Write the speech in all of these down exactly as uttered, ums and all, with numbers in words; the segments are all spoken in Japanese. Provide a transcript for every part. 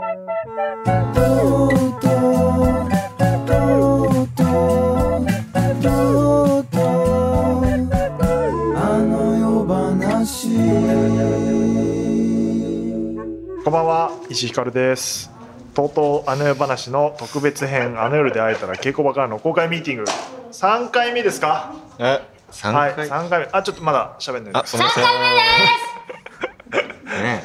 こんばんは、石井ひかるです。とうとうあの世話の特別編、あの夜で会えたら稽古場からの公開ミーティングさんかいめですか？ え、さんかい、 はい、さんかいめ。あ、ちょっとまだ喋んないで。 あ、すみません。さんかいめです。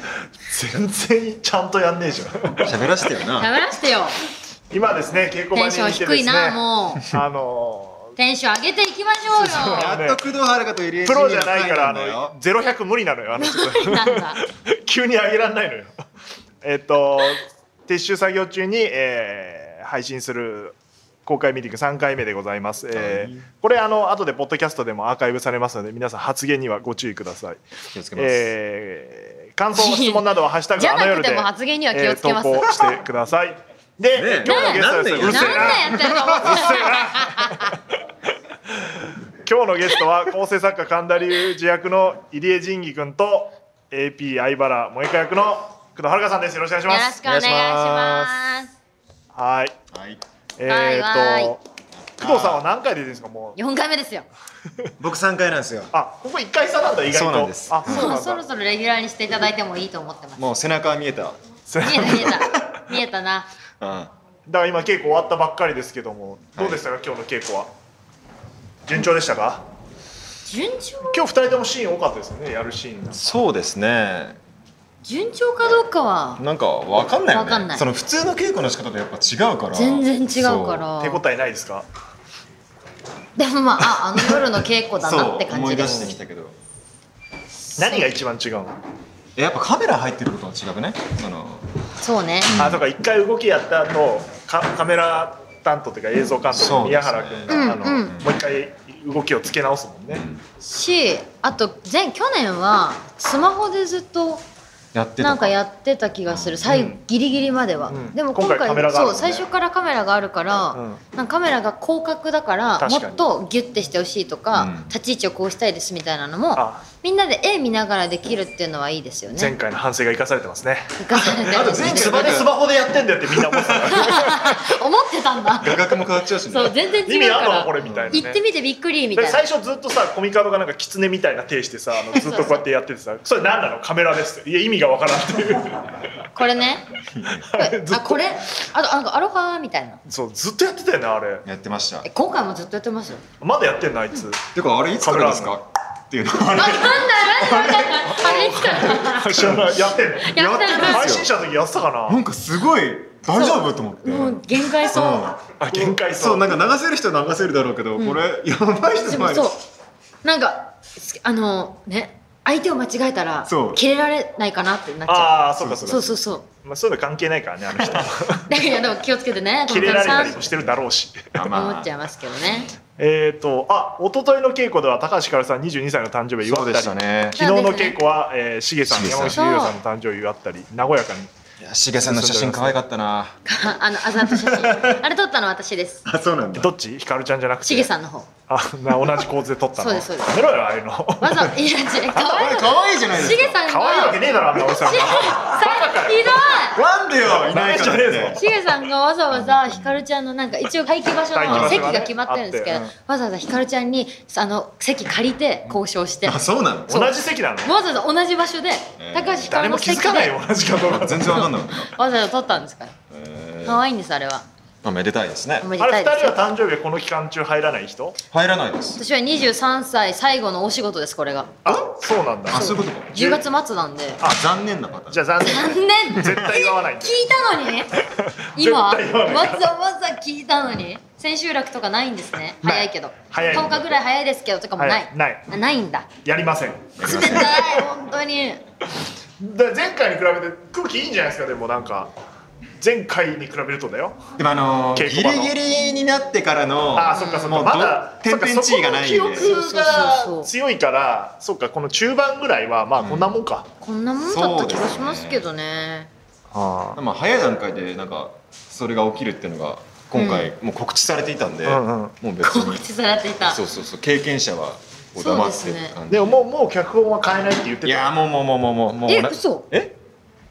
全然ちゃんとやんねえじゃん。 喋らせてよな。 喋らせてよ。 今ですね、稽古場にいてですね。 テンション低いな、もう。 あのーテンション上げていきましょうよ。 やっと工藤遥と入江プロじゃないからあのゼロひゃく無理なのよ。あのちょっとなんだ急に上げられないのよ。えっと撤収作業中に、えー、配信する公開ミーティングさんかいめでございます。えー、これあの後でポッドキャストでもアーカイブされますので、皆さん発言にはご注意ください。 気をつけます。 えー、感想質問などはハッシュタグあの夜でじゃなくても発言には気をつけます、 えー、投稿してください。で、 ね、 今日のゲストはですね、うるせえな。 なんでやってるの？ うるせえな。今日のゲストは構成作家神田隆二役の入江仁義君と エーピー 相原萌香役の工藤遥さんです。よろしくお願いします。 よろしくお願いします。 はい。 はい。 えはいーっと工藤さんは何回で出てるんですか？もうよんかいめですよ。 僕さんかいなんですよ。 あ、ここいっかい差なんだ。意外とそうなんです。 あ、そうなんだ。 そろそろレギュラーにしていただいてもいいと思ってます。 もう背中は見えた。 見えた見えた見えたな。 うん。 だから今稽古終わったばっかりですけども、どうでしたか、はい、今日の稽古は順調でしたか？ 順調？ 今日ふたりともシーン多かったですよね、やるシーンが。 そうですね。 順調かどうかはなんかわかんないよね。 わかんない。 その普通の稽古の仕方とやっぱ違うから。 全然違うから。 手応えないですか？ でもまあ、あ、あの夜の稽古だなって感じです。 思い出してきたけど。 何が一番違うの？ やっぱカメラ入ってることは違くね。その。 そうね。 あ、とか一回動きやった後、カカメラ担当というか映像監督の宮原君が、ね、あの、うんうん、もう一回動きをつけ直すもんね。 し、あと前去年はスマホでずっとやってたなんかやってた気がする、最後ギリギリまでは、うん、でも今回、今回そう最初からカメラがあるから、うん、なんかカメラが広角だからもっとギュッてしてほしいとか、うん、立ち位置をこうしたいですみたいなのもみんなで絵見ながらできるっていうのはいいですよね。 前回の反省が生かされてますね。 生かされてますね。 スマでスマホでやってんだよってみんな思ってた思ってたんだ。 画角も変わっちゃうしね。そう全然違うから。 意味あんのかこれみたいな、ね。 行ってみてびっくりみたいな。 最初ずっとさコミカドがなんかキツネみたいな手してさ、あのずっとこうやってやっててさ、それ何なのカメラですって。いや意味がわからんっていう。 これね。あこれあとなんかアロハみたいな。 そうずっとやってたよねあれ。 やってました。 今回もずっとやってますよ。 まだやってんのあいつ。 てかあれいつからですか？っていうの。 あれなんだなんだあれいつから？ 知らないやってんの。 やってんの。 配信者の時やってたかな。 なんかすごい大丈夫と思って。 もう限界そう。 あ限界そう。 そうなんか流せる人は流せるだろうけど、これやばい人もいる。 そうなんかあのね。相手を間違えたら切れられないかなってなっちゃう。 ああそうかそうか。 そうそうそう。 まあそういうの関係ないからねあの人。 だけどでも気をつけてね。 切れられたりもしてるだろうし。 思っちゃいますけどね。 えっとあ一昨日の稽古では高橋ひかるさんにじゅうにさいの誕生日祝ったり、昨日の稽古はしげさん山口優さんの誕生日祝ったり和やかに。 しげさんの写真可愛かったな。 あのあざと写真あれ撮ったの私です。 あそうなんだ。 どっちひかるちゃんじゃなくてしげさんの方。 あ同じ構図で撮ったの。 そうですそうです。 やめろよああいうの。 わざいや可愛い可愛いじゃないですか。 しげさんが可愛いわけねえだろあんなおじさんが。 ひどい。 なんでよいないじゃねえぞ。 しげさんがわざわざひかるちゃんのなんか一応待機場所の席が決まってるんですけど、わざわざひかるちゃんにあの席借りて交渉して。 あそうなの。 同じ席なの。 わざわざ同じ場所で高橋ひかるの席で。 誰も気づかない同じかどうか。 全然わかんない。 わざわざ撮ったんですから。可愛いんですあれは。 まあめでたいですね。 あれふたりは誕生日はこの期間中入らない人？ 入らないです。 私はにじゅうさんさい最後のお仕事ですこれが。 あ、そうなんだ。 あ、そういうことか。 じゅうがつ末なんで。 あ、残念なパターン。 じゃあ残念。 残念。 絶対言わないんだ。 聞いたのに？今わざわざ聞いたのに。千秋楽とかないんですね。早いけど。 早い。 とおかぐらい早いですけどとかもない。 ない。 ないんだ。 やりません。 冷たい本当に。 前回に比べて空気いいんじゃないですか。でもなんか。前回に比べるとだよ。 でもあのー、ギリギリになってからのあそっかそっかまだ天変地異がないんで、 そこの記憶が強いからそっかこの中盤ぐらいはまあこんなもんか、 うん、こんなもんだった気がしますけどね。 はあ、まあ早い段階でなんかそれが起きるっていうのが今回もう告知されていたんで、うんうん、もう別に告知されていた。 そうそうそう経験者は黙ってって感じ。 でももうもう脚本は変えないって言ってた。 いやもうもうもうもうもうえ嘘え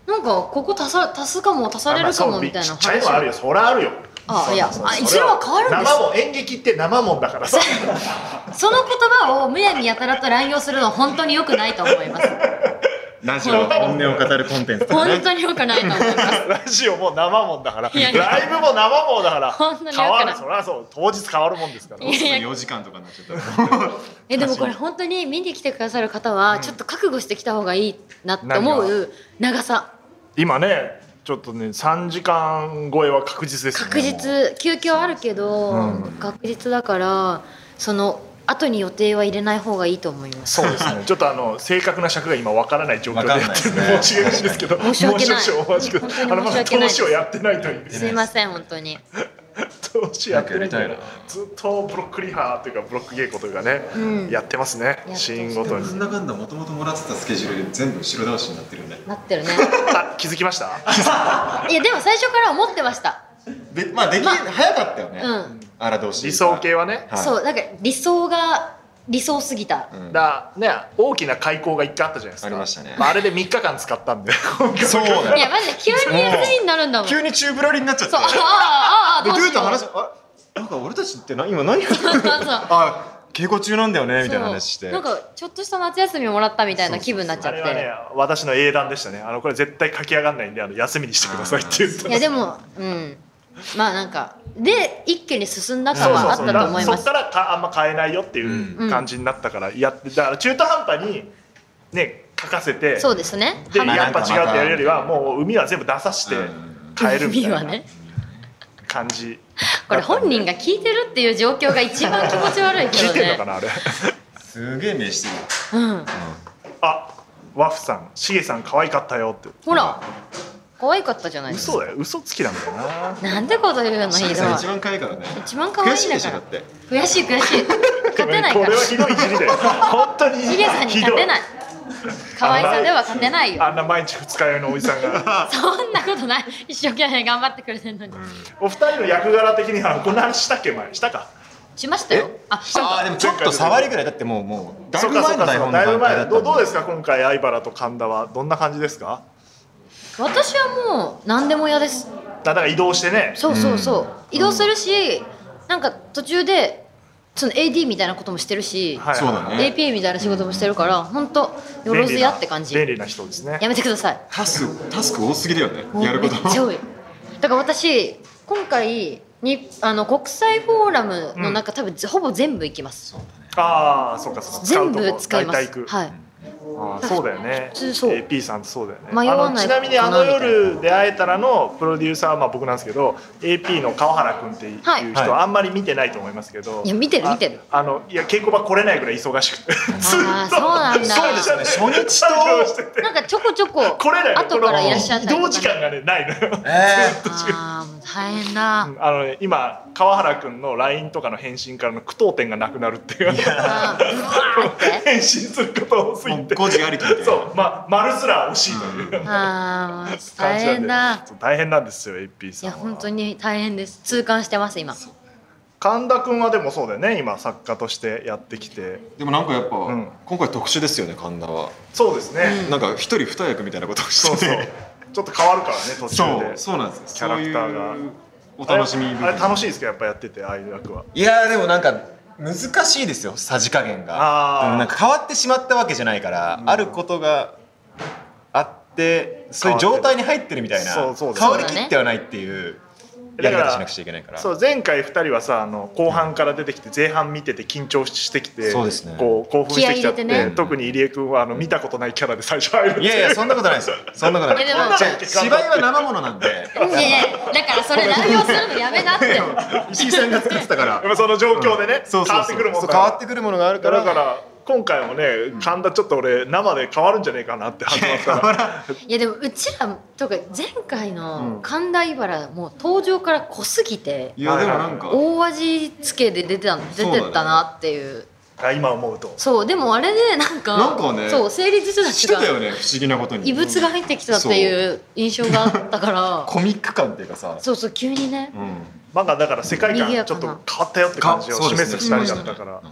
なんかここ足さ足すかも足されるかもみたいな話。 ちっちゃいのあるよ、そりゃあるよ。 あいやあ一度は変わるんです。 生もん演劇って生もんだからさその言葉をむやみやたらと乱用するのは本当に良くないと思います。 ラジオ本音を語るコンテンツとかね。 本当に良くないと思います。 ラジオも生もんだから、 いやいやライブも生もんだから本当に良く変わる。 ない。 そりゃそう当日変わるもんですから。 いやいやよじかんとかになっちゃったらえでもこれ本当に見に来てくださる方はちょっと覚悟してきた方がいいなって思う長さ。 今ねちょっとねさんじかん超えは確実ですよね。 確実休憩はあるけど、うん、確実だからその後に予定は入れない方がいいと思います。 そうですね。ちょっとあの正確な尺が今わからない状況でやってるんで申し訳ないですけど、 申し訳ない。 もう少々お待ちください。あのまだ投資をやってないという。 すいません本当に。 投資やってない。ずっとブロックリハというかブロック稽古というかね、うん、やってますね。シーンごとに。 なんだかんだもともともらってたスケジュール全部後ろ倒しになってるね。 なってるね。 あ気づきました？ いやでも最初から思ってました。 でまあでき、まあ、早かったよね。 うん。 あらどうし理想系はね。 はい、そうなんか理想が理想すぎた。 うん、だね大きな開口が一回あったじゃないですか。 ありましたね。 まあ、あれでみっかかん使ったんで。 そうだよ。いやマジで急に休みになるんだもん。 急に宙ぶらりになっちゃって。 そうああああどうしよう。でドゥーと話あなんか俺たちってな今何やってるあ稽古中なんだよねみたいな話してなんかちょっとした夏休みもらったみたいな気分になっちゃって。 あれはね私の英断でしたね。あのこれ絶対書き上がんないんであの休みにしてくださいって言った。 いやでもうんまあなんかで一気に進んだ感はあったと思います。 そっからかあんま変えないよっていう感じになったからやってだから中途半端にね書かせてそうですね。 でやっぱ違うってやるよりはもう海は全部出さして変えるみたいな感じ。 これ本人が聞いてるっていう状況が一番気持ち悪いけどね。 聞いてんのかなあれ。 すげえ目してる。 うん。 あワフさんしげさん可愛かったよって。 ほら。可愛かったじゃないですか。 嘘だよ嘘つきなんだよな。 なんてこと言うのひどい。 一番可愛いからね。 一番可愛いんだから。悔しい悔しい。勝てないから。 これはひどいいじりだよ。本当に。 しげさんに勝てない。可愛さでは勝てないよ。 あんな毎日二日酔いのおじさんが。 そんなことない。一生懸命頑張ってくれてるのに。 お二人の役柄的にはこんな話したっけ前したか。 しましたよ。 ああでもちょっと触りぐらいだってもうもうだいぶ前の台本の段階だった。 どうですか今回相原と神田はどんな感じですか。 私はもう何でも嫌です。 だから移動してね。 そうそうそう、うん、移動するし、なんか途中でその エーディー みたいなこともしてるし、 はいそうだね、 エーピー みたいな仕事もしてるから本当よろずやって感じ。 便利な人ですね。 やめてください。 タスクタスク多すぎだよね。やることめっちゃ多い。だから私今回にあの国際フォーラムの中、うん、多分ほぼ全部行きます。 ああそうかそうか。 全部使います。はい。 ああそうだよね。エーピー さんってそうだよね。 迷わない。 ちなみにあの夜で会えたらのプロデューサーはまあ僕なんですけど エーピー の川原君っていう人はあんまり見てないと思いますけど。 いや見てる見てる。 あのいや稽古場来れないぐらい忙しくて。 ああそうなんだ。 そうですね。初日となんかちょこちょこ来れない。 後からいらっしゃったりとか。 移動時間がねないのよ。 ああもう大変だ。 あのね今川原君の ライン とかの返信からの句読点がなくなるっていう。返信すること多すぎて。 誤字ありきで。 そうま丸すら惜しいという。 ああ大変だ。 大変なんですよ エーピー さんは。 いや本当に大変です。痛感してます今。 神田君はでもそうだよね今作家としてやってきて。 でもなんかやっぱ、うん、今回特殊ですよね神田は。 そうですね、 うん、なんか一人二役みたいなことをしてそうそうちょっと変わるからね途中で。 そうそうなんですキャラクターがお楽しみあれ、あれ楽しいですかやっぱやっててああいう役は。 いやでもなんか難しいですよさじ加減が。なんか変わってしまったわけじゃないから、うん、あることがあってそういう状態に入ってるみたいな変わりきってはないっていうやり方しなくちゃいけないから。 そう前回ふたりはさあの後半から出てきて前半見てて緊張してきて、 そうですね、 こう興奮してきちゃって、 ね、 特に入江君はあの見たことないキャラで最初入るって。 いやいやそんなことないですよそんなことない。でも芝居は生ものなんで。 いやだからそれ乱用するのやめなって。 石井さんが作ってたからその状況でね、うん、変わってくるものが変わってくるものがあるから。 だから今回もね神田ちょっと俺生で変わるんじゃねえかなって始まったら。 いやでもうちらとか前回の神田茨もう登場から濃すぎて、 いやでもなんか大味付けで出てた出てったなっていう。 今思うとそうでもあれでなんかなんかねそう成立してたしてたよね不思議なことに異物が入ってきたっていう印象があったからコミック感っていうかさそうそう急にね、 うん、なんかだから世界観ちょっと変わったよって感じを示すふたりだったから。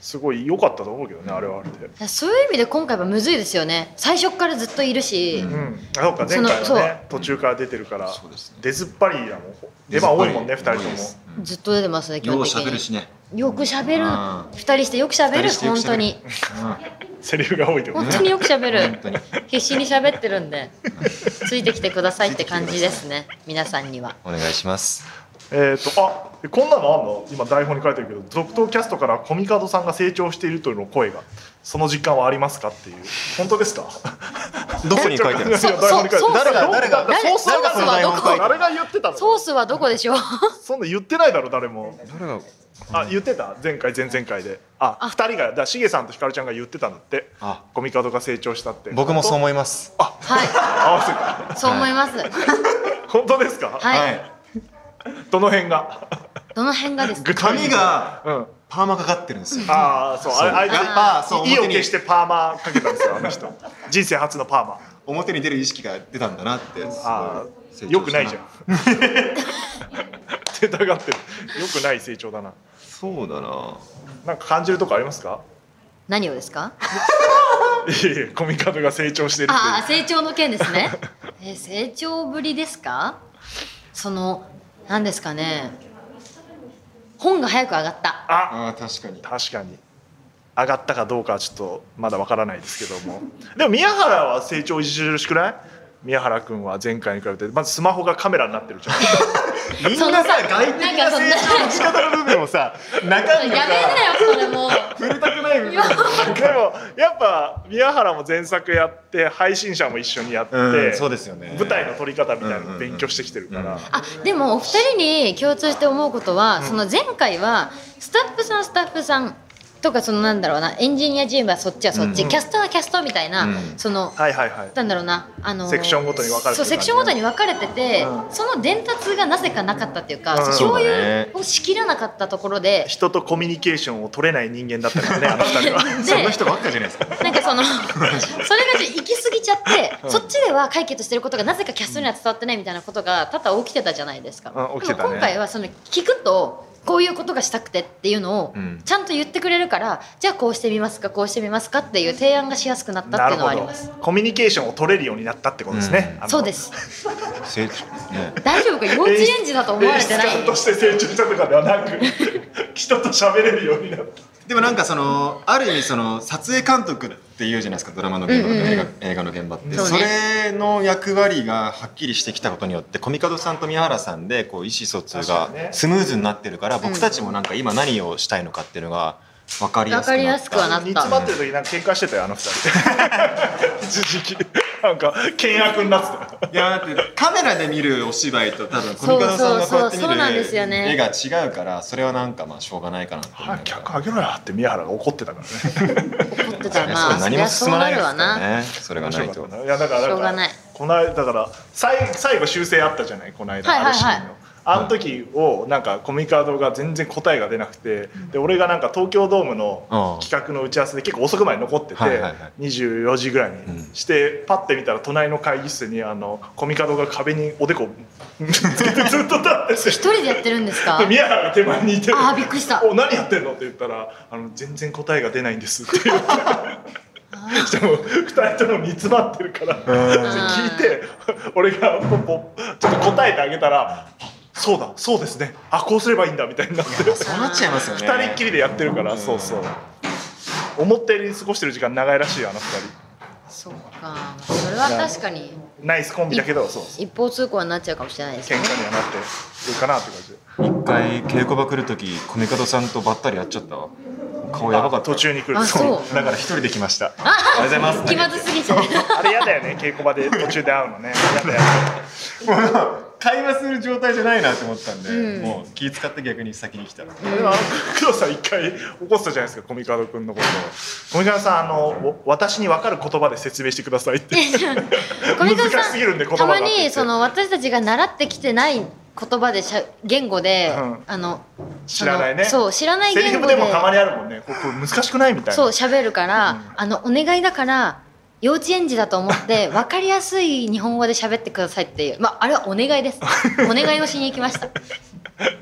すごい良かったと思うけどね、あれはあれで。 そういう意味で今回はむずいですよね。最初からずっといるし、 うん、あ、そうか、前回はね途中から出てるから、出ずっぱりだもん。出番多いもんね、ふたりとも。 ずっと出てますね、基本的に。 よく喋るしね。 よく喋る。ふたりしてよく喋る、本当に。 セリフが多いってこと。 本当によく喋る。必死に喋ってるんで、ついてきてくださいって感じですね。皆さんには。 お願いします。 えっと、あ、こんなのあんの？今台本に書いてるけど、続投キャストからコミカドさんが成長しているというの声が、その実感はありますかっていう。本当ですか？ どこに書いてるんですか？ 誰が誰がソースはどこ？ 誰が言ってたの？ ソースはどこでしょう？ そんな言ってないだろ誰も。 誰が？ あ、言ってた？前回前々回で。あ、二人が、だしげさんとひかるちゃんが言ってたんだって。あ、コミカドが成長したって。 僕もそう思います。 あ、 はい。 合わせか。 そう思います。 本当ですか？ はい。 どの辺が？ どの辺がですか？ 髪がパーマかかってるんですよ。 ああ、そう、あれ、あい意を決してパーマかけたんですよ、あの人。人生初のパーマ。 表に出る意識が出たんだなって。 ああ、よくないじゃん。出たがってる。よくない成長だな。 そうだな。 なんか感じるとこありますか？ 何をですか？ いやいや、コミカドが成長してるっていう。 ああ、成長の件ですね。え、成長ぶりですか？その、なんですかね。本が早く上がった。 ああ、確かに。 確かに。上がったかどうかはちょっとまだわからないですけども。でも宮原は成長著しくない？宮原君は前回に比べてまずスマホがカメラになってるじゃん。 みんなさ、外的な成長の仕方の部分をさ、中身がさ、 やめんなよそれもう。 触れたくない部分。でもやっぱ宮原も前作やって配信者も一緒にやって、うん、 そうですよね。 舞台の撮り方みたいなの勉強してきてるから。 あ、でもお二人に共通して思うことは、うん、その前回はスタッフさんスタッフさんとかそのなんだろうな、エンジニアチームはそっちはそっち、うん、キャストはキャストみたいな、うん、その、 はいはいはい、 なんだろうな、あのー、 セクションごとに分かれてて、 そうセクションごとに分かれてて、うん、その伝達がなぜかなかったっていうか、うん、共有をしきらなかったところで、 人とコミュニケーションを取れない人間だったからね、あの二人は。 そんな人ばっかじゃないですか。 なんかそのそれが行き過ぎちゃって、うん、そっちでは解決してることがなぜかキャストには伝わってないみたいなことが多々起きてたじゃないですか。 うん、起きてたね。 今回はその聞くとこういうことがしたくてっていうのをちゃんと言ってくれるから、うん、じゃあこうしてみますかこうしてみますかっていう提案がしやすくなったっていうのはあります。 コミュニケーションを取れるようになったってことですね、 うん、そうです。 成長ね。 大丈夫か、幼稚園児だと思われてない。 演出家として成長したとかではなく人と喋れるようになった。 でもなんかそのある意味その撮影監督っていうじゃないですか、ドラマの現場とか、うんうん、映画、映画の現場って、そ,、ね、それの役割がはっきりしてきたことによってコミカドさんと宮原さんでこう意思疎通がスムーズになってるから、僕たちもなんか今何をしたいのかっていうのが分かりやすくなった。分かりやすくはなった。 煮詰まってる時なんか喧嘩してたよあの二人。一時期なんか険悪になってた。 いやだってカメラで見るお芝居と多分コミカドさんがこうやって見る絵が違うから、それはなんかまあしょうがないかなって思う。 客上げろよって宮原が怒ってたからね。 怒ってたな。 何も進まないですからね。それがないと。 いやだからしょうがない。この間だから最最後修正あったじゃない、この間あるシーンの。あの時をなんかコミカドが全然答えが出なくて、で俺がなんか東京ドームの企画の打ち合わせで結構遅くまで残ってて、にじゅうよじぐらいにしてパッて見たら隣の会議室にあのコミカドが壁におでこつけてずっと立ってて、 一人でやってるんですか？ 宮原が手前にいて、 あーびっくりした。 お何やってんのって言ったら、あの全然答えが出ないんですって言って。でもふたりとも煮詰まってるから聞いて、俺がポポちょっと答えてあげたら、そうだそうですね、あこうすればいいんだみたいになって、 そうなっちゃいますよね。 ふたりっきりでやってるから、そうそう、思ったより過ごしてる時間長いらしいよあのふたり。 そうか、それは確かにナイスコンビだけど、そう一方通行になっちゃうかもしれないですね。 喧嘩にはなってるかなって感じで。 一回稽古場来る時コミカドさんとばったり会っちゃったわ。顔やばかった。 途中に来る。 あ、そうだから一人で来ました。ありがとうございます。 気まずすぎちゃう。 あれやだよね、稽古場で途中で会うのね。やだやだ。 もう会話する状態じゃないなって思ったんで、うん、もう気使って逆に先に来たら。 でもあの工藤さん一回怒ってたじゃないですか、コミカド君のことを。コミカドさん、あの私に分かる言葉で説明してくださいって。難しすぎるんで言葉が。 たまにその私たちが習ってきてない言葉でしゃ言語で、うん、あの知らないね。 そう知らない言語で。 セリフでもたまにあるもんね。これ難しくないみたいな。 そう喋るから、うん、あのお願いだから。幼稚園児だと思って分かりやすい日本語で喋ってくださいっていう、まああれはお願いです。お願いをしに行きました。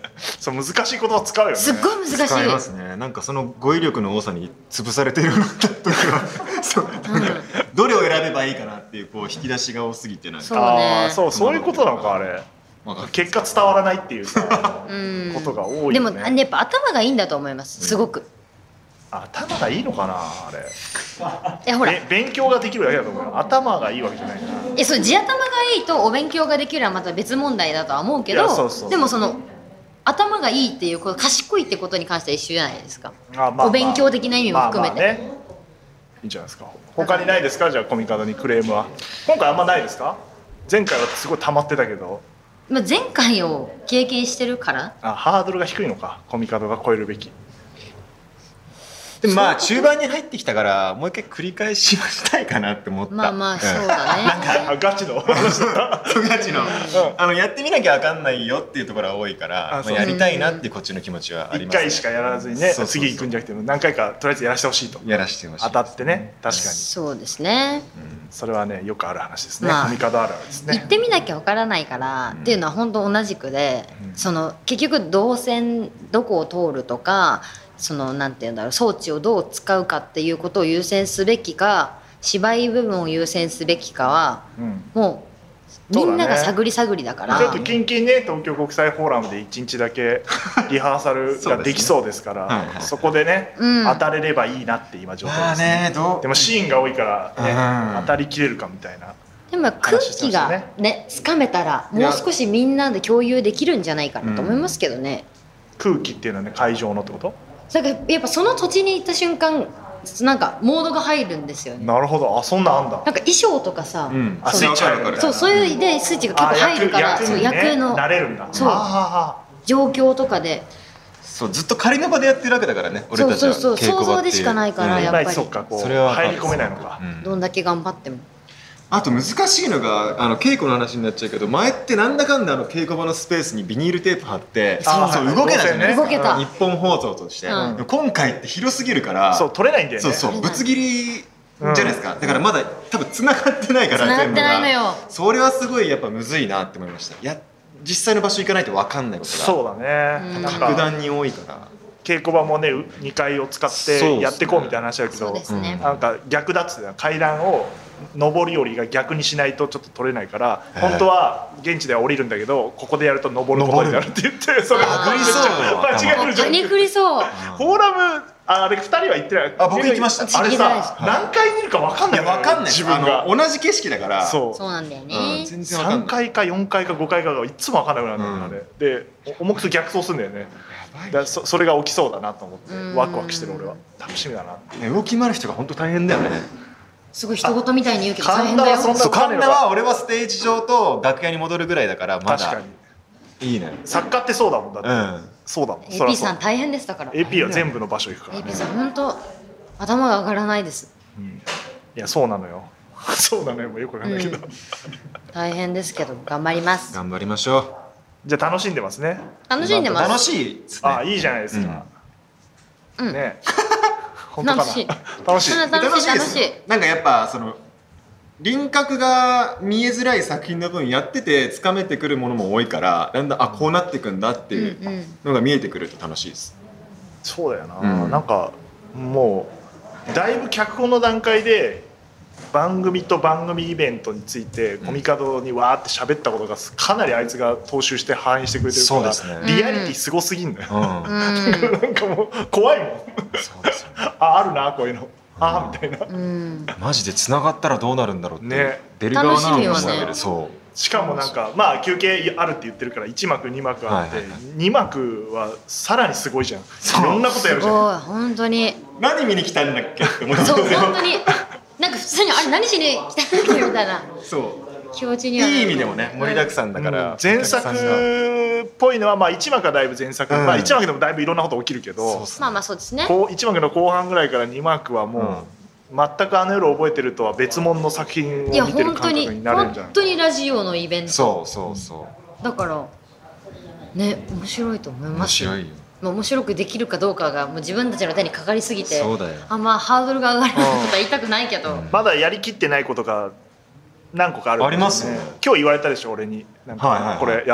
そう難しい言葉使うよね。 すっごい難しい。 使いますね。なんかその語彙力の多さに潰されている時はそうなんかどれを選べばいいかなっていうこう引き出しが多すぎてなんかそうね、 あそうそういうことなのかあれ。結果伝わらないっていうさことが多いよね。 でもやっぱ頭がいいんだと思います。すごく。 頭がいいのかなあれ。 いやほら勉強ができるだけだと思うよ。頭がいいわけじゃないな。 えそう地頭がいいとお勉強ができるはまた別問題だとは思うけど、そうそうでもその頭がいいっていうこの賢いってことに関しては一緒じゃないですか。あ、まあまあ、お勉強的な意味も含めて。まあまあね、 いいんじゃないですか。他にないですかじゃあコミカドにクレームは。今回あんまないですか。前回はすごい溜まってたけど。 まあ前回を経験してるから。 あ、ハードルが低いのか。コミカドが超えるべき。 でもまあ中盤に入ってきたからもう一回繰り返しはしたいかなって思った。 まあまあそうだね。 なんかガチの話だった。 ガチの、うん、あのやってみなきゃ分かんないよっていうところが多いから、まあ、やりたいなっていうこっちの気持ちはありますね。 一回しかやらずにね、次行くんじゃなくて何回かとりあえずやらせてほしいと。 やらせてほしい。 当たってね、確かに。 そうですね。 うん、それはねよくある話ですね。コミカドあるあるですね。 行ってみなきゃ分からないから、うん、っていうのは本当同じくで、うん、その結局動線どこを通るとか。そのなんていうんだろう装置をどう使うかっていうことを優先すべきか芝居部分を優先すべきかは、うん、もうみんなが探り探りだから、 ちょっとキンキンね東京国際フォーラムでいちにちだけリハーサルができそうですからそ, ね、はい、そこでね、うん、当たれればいいなって今状態ですね。ねでもシーンが多いからね、うん、当たりきれるかみたいな。 でも空気がねつかめたらもう少しみんなで共有できるんじゃないかなと思いますけどね。 うん、空気っていうのはね会場のってこと？ だからやっぱその土地に行った瞬間なんかモードが入るんですよね。 なるほど、あそんなあんだ。 なんか衣装とかさ、うん、 あスイッチ入るから、 そうそういうでスイッチが結構入るから、 役, 役, 役, ね、役の慣れるんだ。 そう状況とかで。 そうずっと仮の場でやってるわけだからね。俺たちはそうそうそう想像でしかないからやっぱり。 そっかこうそれは入り込めないのか。 うん、どんだけ頑張っても。 あと難しいのがあの稽古の話になっちゃうけど前ってなんだかんだあの稽古場のスペースにビニールテープ貼ってそうそう動けないじゃないですか、 動けた日本放送として、うん、今回って広すぎるからそう取れないんだよね。 そうそうぶつ切りじゃないですか、うん、だからまだ多分繋がってないから全部がそれはすごいやっぱむずいなって思いました。や実際の場所行かないと分かんないことがそうだね、 格段に多いから稽古場もねにかいを使ってやっていこうみたいな話だけど、 ね、 なんか逆だっつって階段を上り下りが逆にしないとちょっと取れないから本当は現地では降りるんだけどここでやると上ることになるって言ってそれが間違えるじゃん。 パニクりそう。 フォーラムあれふたりは行ってない。 あ僕行きました。 あれさ何回見るか分かんない。 いや分かんない。 自分が同じ景色だからそうそうなんだよね。 全然分かんない。 さんかいかよんかいかごかいかがいつも分かんなくなるんだよね。で重くそ逆走するんだよね。だ そ, それが起きそうだなと思ってワクワクしてる俺は楽しみだな。 動き回る人が本当大変だよね。 すごい人事みたいに言うけど大変だよ。 神田は俺はステージ上と楽屋に戻るぐらいだからまだ確かにいいね。 作家ってそうだもんだって、うん、そうだもん。 エーピー さん大変でしたから。 エーピー は全部の場所行くから、ね、 エーピー さん本当頭が上がらないです、 うん、いやそうなのよそうなのよもうよくわかんないけど、うん、 大変ですけど頑張ります。 頑張りましょう。 じゃあ楽しんでますね。 楽しんでます。 楽しいですね。 あいいじゃないですか、 うん、 ね本当かな。 楽しい楽しい楽しい楽しい。 なんかやっぱその輪郭が見えづらい作品の分やっててつかめてくるものも多いからだんだんあこうなっていくんだっていうのが見えてくると楽しいです。 そうだよな、うん、なんかもうだいぶ脚本の段階で番組と番組イベントについてコミカドにわーって喋ったことがかなりあいつが踏襲して反映してくれてるから、 そうですね、 リアリティすごすぎんだよ、うん、なんかもう怖いもん。 そうですよね、 ああるなこういうのあみたいな、 うん、 マジで繋がったらどうなるんだろうってね、 出る側なのかもしれない。 そうしかもなんかまあ休憩あるって言ってるからいち幕に幕あって、はいはいはい、に幕はさらにすごいじゃん。いろんなことやるじゃん。 すごい本当に何見に来たんだっけって思ってそう本当になんか普通にあれ何しに来たんだっけみたいなそう気持ちにはいい意味でもね盛りだくさんだから、うん、 前作っぽいのはまあいち幕はだいぶ前作、うん、まあいち幕でもだいぶいろんなこと起きるけど、 まあまあそうですね、 こういち幕の後半ぐらいからに幕はもう、うん、全くあの夜を覚えてるとは別物の作品を見てる感覚になれるんじゃない。 本当にラジオのイベント。 そうそうそうだからね面白いと思いますよ。面白いよ。面白くできるかどうかがもう自分たちの手にかかりすぎて、 そうだよ。 あんまハードルが上がることは言いたくないけど、 うん、まだやりきってないことが何個かあるんですね。 ありますね。 今日言われたでしょ俺になんかこれやってって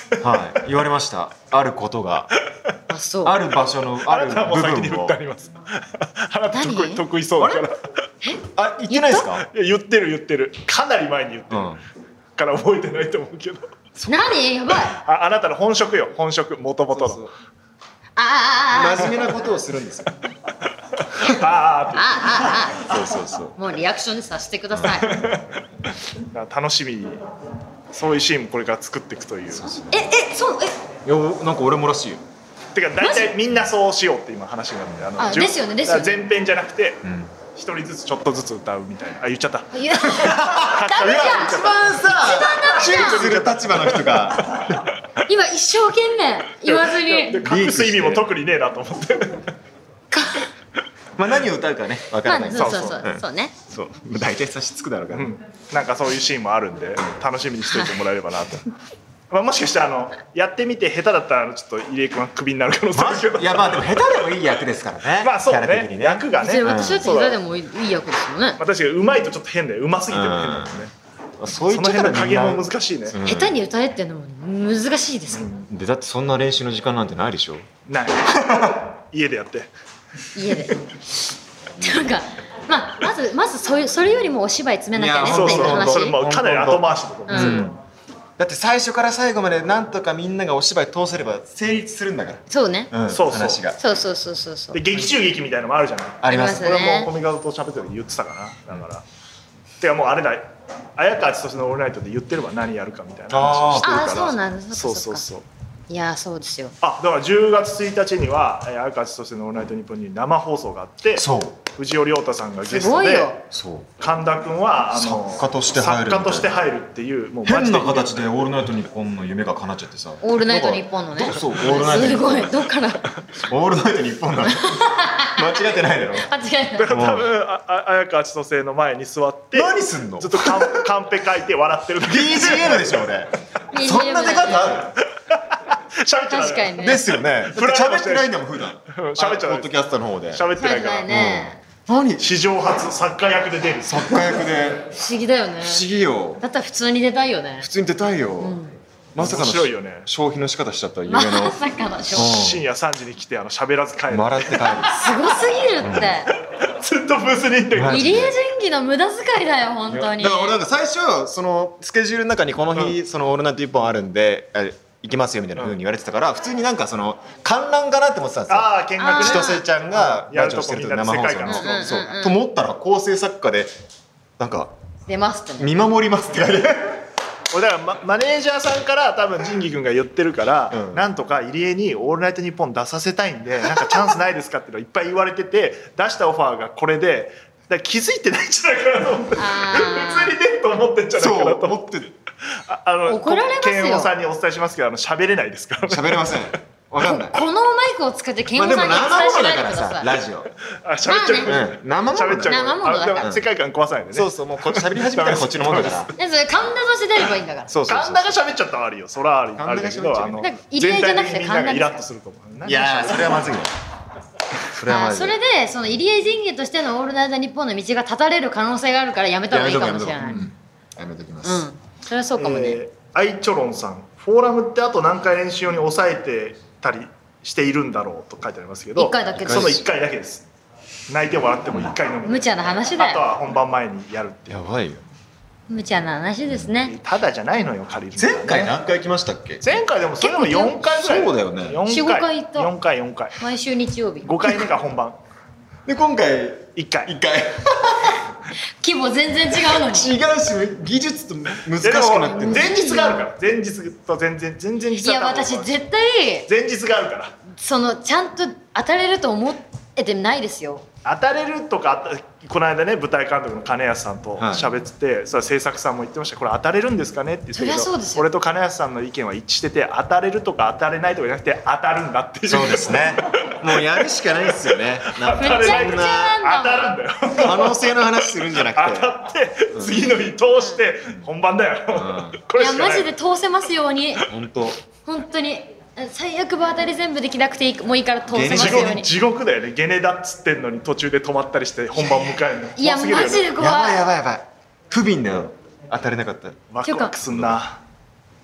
はい言われました。あることがあそうある場所のある部分をあなたも先に振ってあります。あなた得意得意そうだからあ言ってないですか。 いや言ってる言ってるかなり前に言ってる、うん、から覚えてないと思うけど何やばいあ, あなたの本職よ本職もともとのそうそうあ真面目なことをするんですよあああそうそうそうもうリアクションでさせてください楽しみにそういうシーンもこれから作っていくというそうそうええそうえいやなんか俺もらしいよてか大体みんなそうしようって今話があってあのあですよねですよね前編じゃなくて一、うん、人ずつちょっとずつ歌うみたいなあ言っちゃったいやダメじゃん一番さチューする立場の人が今一生懸命言わずに隠す意味も特にねえなと思ってまあ何を歌うかね分からない、 まあ、そうそうそうそう、うん、そうねそう大体差しつくだろうから、うん、 なんかそういうシーンもあるんで楽しみにしておいてもらえればなとまあもしかしたらあのやってみて下手だったらちょっと入江君はクビになる可能性あるけど、 いやまあでも下手でもいい役ですからねまあそうねね役がね私だって下手でもいい役ですよね、 まあ、確かにうまいとちょっと変だようますぎても変だよね、うん、そういうの辺の加減も難しいね、 うん、下手に歌えっていうのも難しいですよ、うん、 でだってそんな練習の時間なんてないでしょない家でやって家でなんかまあまずまずそれそれよりもお芝居詰めなきゃねっていう話。 そうそうそれもかなり後回しだと思うんですよ、うん、 だって最初から最後までなんとかみんながお芝居通せれば成立するんだから。 そうね、 うん、 そう話がそうそうそうそうそうで劇中劇みたいなのもあるじゃない。 ありますね。 これもコミカドと喋ってる時言ってたかな。だから、うん、てかもうあれだ綾川千歳のオールナイトで言ってれば何やるかみたいな話してるから。 ああそうなんです。 そうそうそう。 いやそうですよ。 あだからじゅうがつついたちには綾川千歳のオールナイトニッポンに生放送があって、 そう藤尾亮太さんがゲストで、 そう神田君はあの作家として入る作家として入るっていうもう変な形でオールナイトニッポンの夢が叶っちゃってさ。 オールナイトニッポンのね。 そうオールナイトニッポン。 すごいどっから。 オールナイトニッポンなの。間違ってないだろ。 間違えない。 だから多分綾川千歳の前に座って何すんの？ ずっとカンカンペ書いて笑ってるだけ。 ビージーエム でしょ俺。そんな出方ある？ 喋っちゃう。 確かにね。 ですよね。喋ってないんだもん普段。 喋っちゃう。 ポッドキャストの方で。 喋ってないから。 何？ 史上初作家役で出る。 作家役で。 不思議だよね。 不思議よ。 だったら普通に出たいよね。 普通に出たいよ。まさかの消費の仕方しちゃった夢の。 まさかの消費。 深夜さんじに来てあの喋らず帰る。 笑って帰る。 すごすぎるって。 ずっとブースにいて。 入江仁義の無駄遣いだよ本当に。 だから俺なんか最初そのスケジュールの中にこの日そのオールナイトニッポンあるんで。行きますよみたいな風に言われてたから、普通になんかその観覧かなって思ってたんですよ。 ああ見学ね。 千歳ちゃんがラジオしてると生放送のそうと思ったら構成作家でなんか出ますって見守りますって言われて。 俺だからマ、マネージャーさんから多分仁義君が言ってるから、うん、なんとか入江に「オールナイトニッポン」出させたいんでなんかチャンスないですかっていうのいっぱい言われてて出したオファーがこれでだ気づいてないんじゃないかなと思って普通に出ると思ってんじゃないかなと思ってる。ああの怒られますよ。 健吾さんにお伝えしますけどあの喋れないですから喋れません。わかんない。 このマイクを使って健吾さんにお伝えしないでください。 ラジオあ喋っちゃう、 生もの生ものだから世界観壊さないでね。 そうそうもう喋り始めたらこっちのものだから。 神田として出ればいいんだから。 神田が喋っちゃったらあるよ。そらあるあるけどあの全体的にみんながイラッとすると思う。 いやそれはまずいよ。 それはまずい。それでその入江仁義としてのオールナイトニッポンの道が断たれる可能性があるからやめた方がいいかもしれない。 やめときます。 うんそれはそうかもね。 アイチョロンさんフォーラムってあと何回練習用に抑えてたりしているんだろうと書いてありますけどいっかいだけです。 そのいっかいだけです。泣いても笑ってもいっかいのみ。 無茶な話だよ。 あとは本番前にやるってやばいよ。 無茶な話ですね。 ただじゃないのよ借りる。 前回何回来ましたっけ？ 前回でもそれでもよんかいぐらい。 そうだよね。 よん、ごかい行った。 よんかいよんかい。 毎週日曜日。 ごかいめが本番。 で今回いっかい。 いっかい。 規模全然違うのに。 違うし技術と難しくなってる。 前日があるから前日と全然全然いや私絶対前日があるからそのちゃんと当たれると思えてないですよ。 当たれるとかこの間ね舞台監督の金安さんと喋ってて、はい、それ制作さんも言ってましたこれ当たれるんですかねって言ってたけど俺と金安さんの意見は一致してて当たれるとか当たれないとかじゃなくて当たるんだっていうそうですねもうやるしかないですよね当たれない当たるんだよ可能性の話するんじゃなくて当たって次の日通して本番だよ、 うん、これしかないいやマジで通せますように本当本当に最悪場当たり全部できなくていいもういいから通せますように地獄だよねゲネだっつってんのに途中で止まったりして本番迎えるのいやマジで怖いやばいやばいやばい不憫だよ当たれなかったワクワクすんな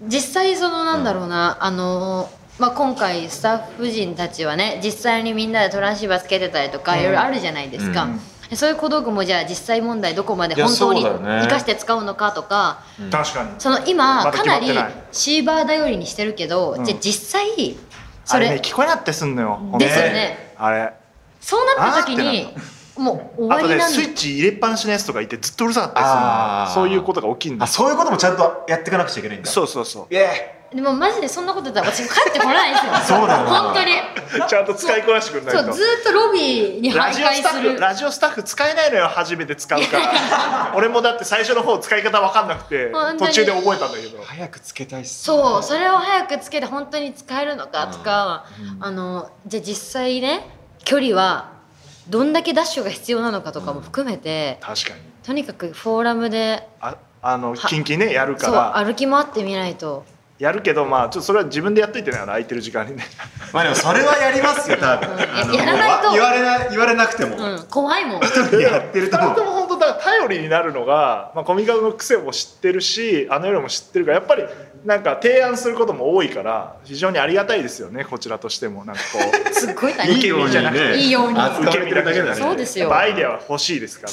実際そのなんだろうな、うん、あのまあ、今回スタッフ陣たちはね実際にみんなでトランシーバーつけてたりとかいろいろあるじゃないですか、うんうん、そういう小道具もじゃあ実際問題どこまで本当に生かして使うのかとか、 ね、確かにその今かなりシーバー頼りにしてるけど、うん、じゃあ実際それあれ、ね、聞こえなってすんのよですよね。 あれそうなった時にもう終わりなんで、 あとねスイッチ入れっぱなしのやつとかいてずっとうるさかったりするの。そういうことが起きるんだ。 あ、そういうこともちゃんとやっていかなくちゃいけないんだ。 そうそうそう。 イエーでもマジでそんなこと言ったら私帰ってこないですよそうだよ本当にちゃんと使いこなしてくれないと。 そうずっとロビーに徘徊するラジオスタッフ使えないのよ、初めて使うから俺もだって最初の方使い方分かんなくて途中で覚えたんだけど、 早くつけたいっす、 ね、そうそれを早くつけて本当に使えるのかとか、うん、あのじゃあ実際ね距離はどんだけダッシュが必要なのかとかも含めて、 うん、確かにとにかくフォーラムでああのキンキンねやるからそう歩き回ってみないとやるけど、まあちょっとそれは自分でやっといてね、空いてる時間にねまあでもそれはやりますよ多分、 うん、やらないと言われな言われなくても、 うん、怖いもん一人でやってるとふたりとも本当だから頼りになるのが、まあ、コミカドの癖も知ってるしあの夜も知ってるからやっぱりなんか提案することも多いから非常にありがたいですよね、こちらとしてもなんかこうすっごい大変受け身じゃなくていいように受け身だけじゃなくてそうですよ、 やっぱアイデアは欲しいですから、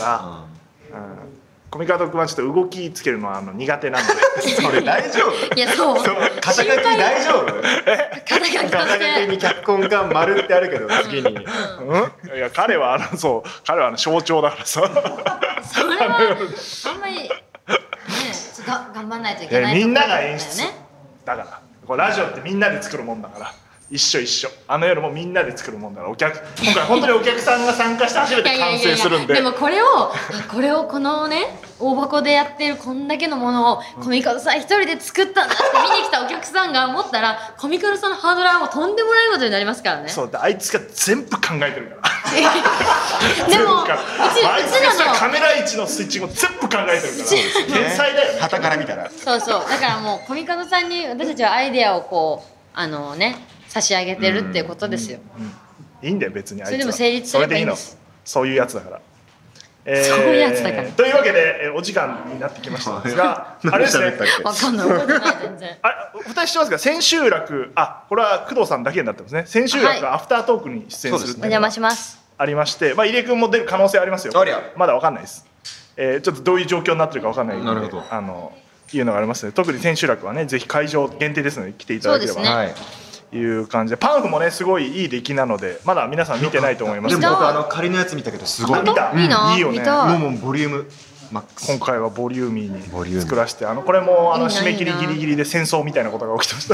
うんうん、コミカド君はちょっと動きつけるのはあの苦手なんでそれ大丈夫？ いやそう肩書き大丈夫？ 肩書きと肩書きに脚本家丸ってあるけど次に、うん、 いや彼はあのそう彼はあの象徴だからさそれはあんまりねが頑張んないといけない、 みんなが演出だからこれラジオってみんなで作るもんだから一緒一緒あの夜もみんなで作るもんだからお客今回本当にお客さんが参加して初めて完成するんででもこれをこれをこのね大箱でやってるこんだけのものをコミカドさん一人で作ったんだって見に来たお客さんが思ったらコミカドさんのハードルはもうとんでもないことになりますからね。 そうだあいつが全部考えてるからでもうちあいつがカメラ位置のスイッチングを全部考えてるから天才だよね旗から見たらそうそうだからもうコミカドさんに私たちはアイデアをこうあのね差し上げてるっていうことですよ、 うんうんうん、いいんだよ別にあいつはそれでも成立すればいいんです。 そういうやつだから、 えー、そういうやつだからというわけで、えー、お時間になってきましたんですがあれですねわかんない覚えてない全然あれふたり知ってますか千秋楽あこれは工藤さんだけになってますね千秋楽、はい、アフタートークに出演するっていうのがお邪魔しますありましてまあ入江君も出る可能性ありますよまだわかんないです、えー、ちょっとどういう状況になってるかわかんないのでなるほどあのいうのがありますので特に千秋楽はねぜひ会場限定ですので来ていただければそうですね、はいいう感じでパンフもねすごいいい出来なのでまだ皆さん見てないと思いますでも僕あの仮のやつ見たけどすごい見たいいな、 いいよねもうもうボリュームマックス今回はボリューミーに作らせてあのこれもあの締め切りギリギリで戦争みたいなことが起きてました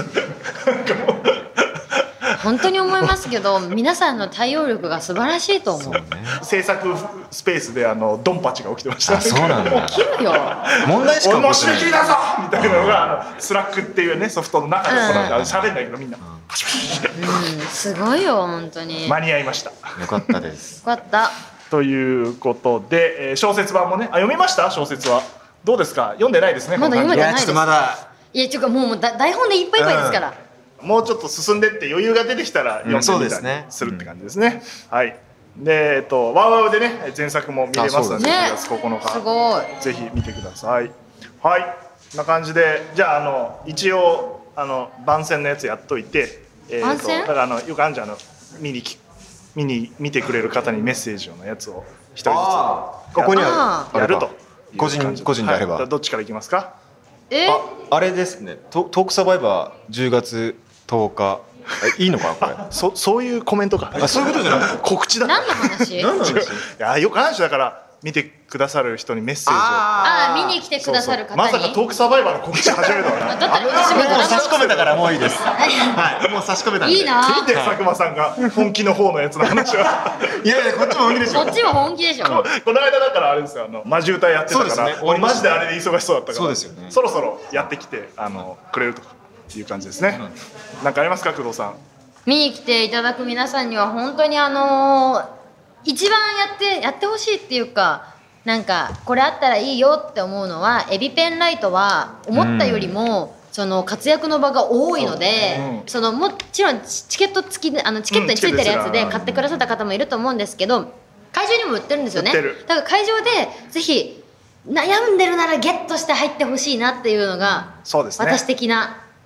本当に思いますけど皆さんの対応力が素晴らしいと思う、ね、 制作スペースであのドンパチが起きてました。 あそうなんだ起きるよ問題しか起こってない俺も締め切りだぞみたいなのがあのスラックっていうねソフトの中で行って喋んないけどみんなパチパチうんすごいよ本当に間に合いましたよかったですよかったということで、えー、小説版もねあ読みました小説はどうですか読んでないですねまだ読めてないですいやちょっとまだいやちょっともう台本でいっぱいいっぱいですから、 うん、もうちょっと進んでって余裕が出てきたら読んでみたりするって感じですね、うん、はいでえっとワウワウでね前作も見れますので、ね、しちがつここのかすごいぜひ見てくださいはいこんな感じでじゃああの一応あの番宣のやつやっといて、えー、とだからあのよくあるじゃんあの見に見に見てくれる方にメッセージのやつを一人ずつここにあるやると個人個人であれば、 はい、どっちからいきますかえああれですねトークサバイバーじゅうがつとおかいいのかなこれそそういうコメントかあそういうことじゃなくて告知だ何の話何の話いやよく話だから見てくださる人にメッセージをああ見に来てくださる方にそうそうまさかトークサバイバーの告知始めるのかなだったら私ももう差し込めたからもういいですはいもう差し込めたんでいいな見て佐久間さんが本気の方のやつの話はいやいやこっちも本気でしょこっちも本気でしょこの間だからあれですよあのマジ歌やってたから、ね、俺マジであれで忙しそうだったからそうですよねそろそろやってきてあのくれるという感じですねなんかありますか工藤さん見に来ていただく皆さんには本当にあのー、一番やってやってほしいっていうかなんかこれあったらいいよって思うのはエビペンライトは思ったよりも、うん、その活躍の場が多いので、うん、そのもちろんチケット付きあのチケットについてるやつで買ってくださった方もいると思うんですけど会場にも売ってるんですよねだから会場でぜひ悩んでるならゲットして入ってほしいなっていうのがそうですね私的な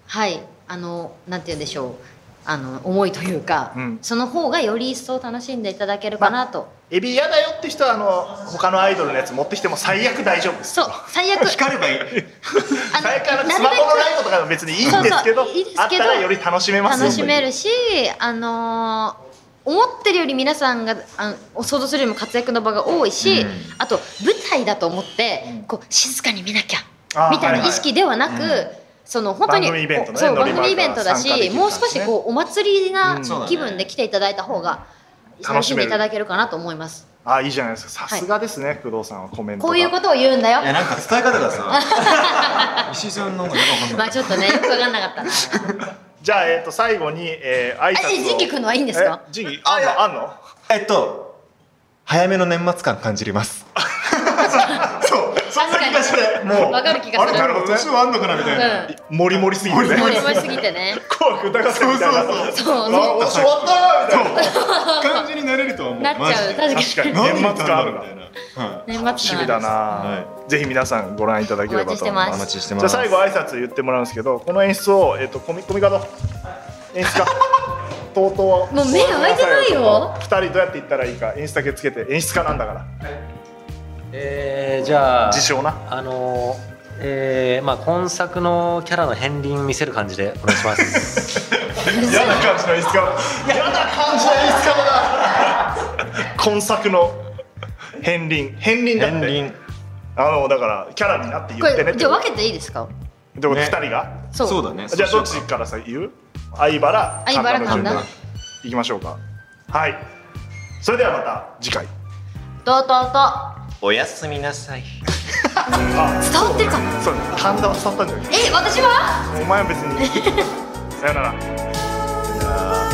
はいあのなんて言うんでしょうあの思いというか、うん、その方がより一層楽しんでいただけるかなと、まあ、 エビ嫌だよって人はあの他のアイドルのやつ持ってきても最悪大丈夫です。 そう最悪光ればいい最悪あのスマホのライトとかも別にいいんですけど、あったらより楽しめますよ。 楽しめるしあのー、思ってるより皆さんがあの想像するよりも活躍の場が多いし、うん、あと舞台だと思ってこう静かに見なきゃみたいな意識ではなく、はいはい、その本当に番組イベント、ね、そう番組イベントだし、ね、もう少しこうお祭りな気分で来ていただいた方が楽しんでいただけるかなと思います。 あ、いいじゃないですか。さすがですね、はい、工藤さんはコメントこういうことを言うんだよ。 いやなんか伝え方がさ石井さんの方がよく分かんない。 まあちょっとねよく分かんなかったなじゃあ、えー、と最後に、えー、挨拶をえ、ジンギ君のはいいんですか？ ジンギあんのあんのえっと早めの年末感感じりますそうそんな気がしてもう分かる気がする。 なるほど年はあんのかなみたいな、うん、もりもりすぎてねもりもりすぎてね紅白歌合戦みたいなそうそうそうおし終わったみたいな感じになれるとは思う。 なっちゃう。確かに年末感あるな。 年末楽しみだな、はい、ぜひ皆さんご覧いただければと思います。 お待ちしてます。じゃあ最後挨拶言ってもらうんですけど、この演出を、えー、とコミコミカド演出家とうとうもう目開いてないよ。 ふたりどうやって言ったらいいか演出だけつけて、演出家なんだから。 えー、じゃあ自称なあのーえー、まあ今作のキャラの片鱗見せる感じでお願いします嫌な感じの演出家嫌な感じの演出家だ今作の片鱗片鱗だってあのだからキャラになって言ってねって。 じゃあ分けていいですか？ でもふたりがそうそうだね。 じゃあどっちからさ言う？相原相原神田いきましょうか。はい、それではまた次回。 とうとうとおやすみなさいあ、伝わってるかな。 そう神田は伝わったんじゃない？ え、私は？ お前は別にさよなら。